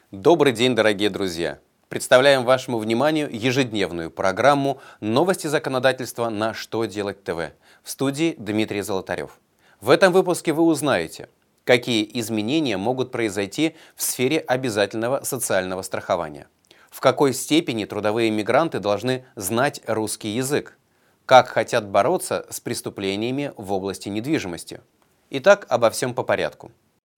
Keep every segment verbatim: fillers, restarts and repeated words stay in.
Добрый день, дорогие друзья! Представляем вашему вниманию ежедневную программу «Новости законодательства» на «Что делать ТВ». В студии Дмитрий Золотарев. В этом выпуске вы узнаете, какие изменения могут произойти в сфере обязательного социального страхования, в какой степени трудовые мигранты должны знать русский язык, как хотят бороться с преступлениями в области недвижимости. Итак, обо всем по порядку.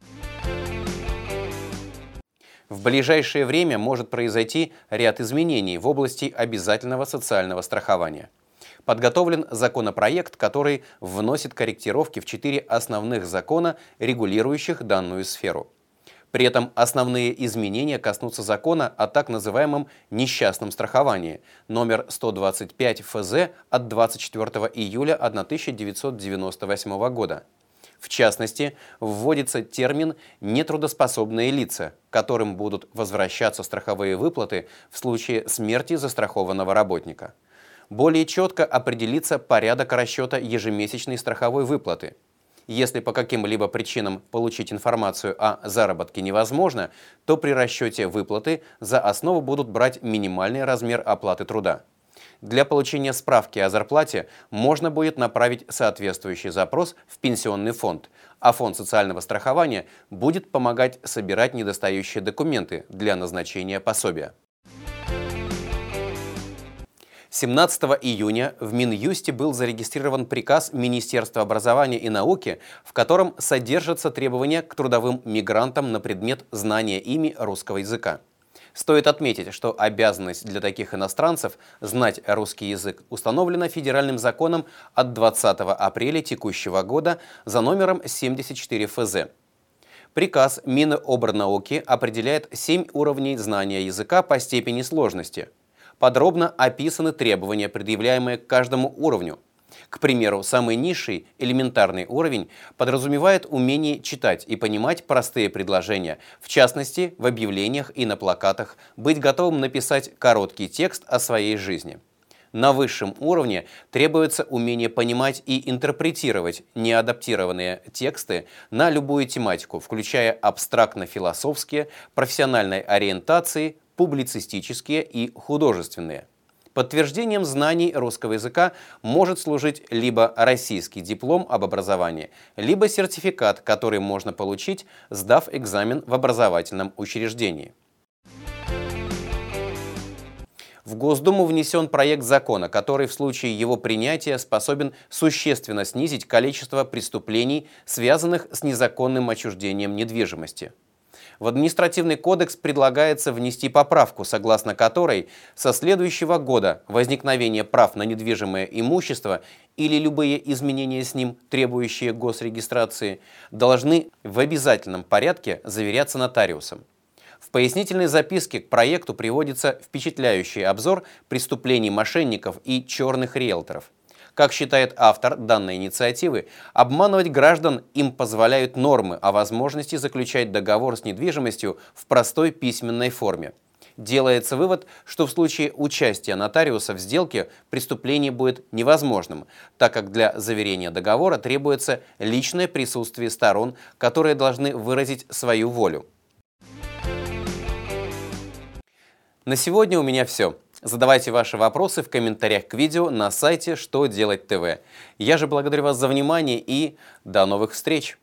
В ближайшее время может произойти ряд изменений в области обязательного социального страхования. Подготовлен законопроект, который вносит корректировки в четыре основных закона, регулирующих данную сферу. При этом основные изменения коснутся закона о так называемом несчастном страховании, номер сто двадцать пять эф зэ от двадцать четвёртого июля тысяча девятьсот девяносто восьмого года. В частности, вводится термин «нетрудоспособные лица», которым будут возвращаться страховые выплаты в случае смерти застрахованного работника. Более четко определится порядок расчета ежемесячной страховой выплаты. Если по каким-либо причинам получить информацию о заработке невозможно, то при расчете выплаты за основу будут брать минимальный размер оплаты труда. Для получения справки о зарплате можно будет направить соответствующий запрос в пенсионный фонд, а фонд социального страхования будет помогать собирать недостающие документы для назначения пособия. семнадцатого июня в Минюсте был зарегистрирован приказ Министерства образования и науки, в котором содержатся требования к трудовым мигрантам на предмет знания ими русского языка. Стоит отметить, что обязанность для таких иностранцев знать русский язык установлена федеральным законом от двадцатого апреля текущего года за номером семьдесят четыре эф зэ. Приказ Минобрнауки определяет семь уровней знания языка по степени сложности. Подробно описаны требования, предъявляемые к каждому уровню. К примеру, самый низший, элементарный уровень, подразумевает умение читать и понимать простые предложения, в частности, в объявлениях и на плакатах, быть готовым написать короткий текст о своей жизни. На высшем уровне требуется умение понимать и интерпретировать неадаптированные тексты на любую тематику, включая абстрактно-философские, профессиональной ориентации, публицистические и художественные. Подтверждением знаний русского языка может служить либо российский диплом об образовании, либо сертификат, который можно получить, сдав экзамен в образовательном учреждении. В Госдуму внесен проект закона, который в случае его принятия способен существенно снизить количество преступлений, связанных с незаконным отчуждением недвижимости. В административный кодекс предлагается внести поправку, согласно которой со следующего года возникновение прав на недвижимое имущество или любые изменения с ним, требующие госрегистрации, должны в обязательном порядке заверяться нотариусом. В пояснительной записке к проекту приводится впечатляющий обзор преступлений мошенников и черных риэлторов. Как считает автор данной инициативы, обманывать граждан им позволяют нормы о возможности заключать договор с недвижимостью в простой письменной форме. Делается вывод, что в случае участия нотариуса в сделке преступление будет невозможным, так как для заверения договора требуется личное присутствие сторон, которые должны выразить свою волю. На сегодня у меня все. Задавайте ваши вопросы в комментариях к видео на сайте «Что делать ТВ». Я же благодарю вас за внимание и до новых встреч!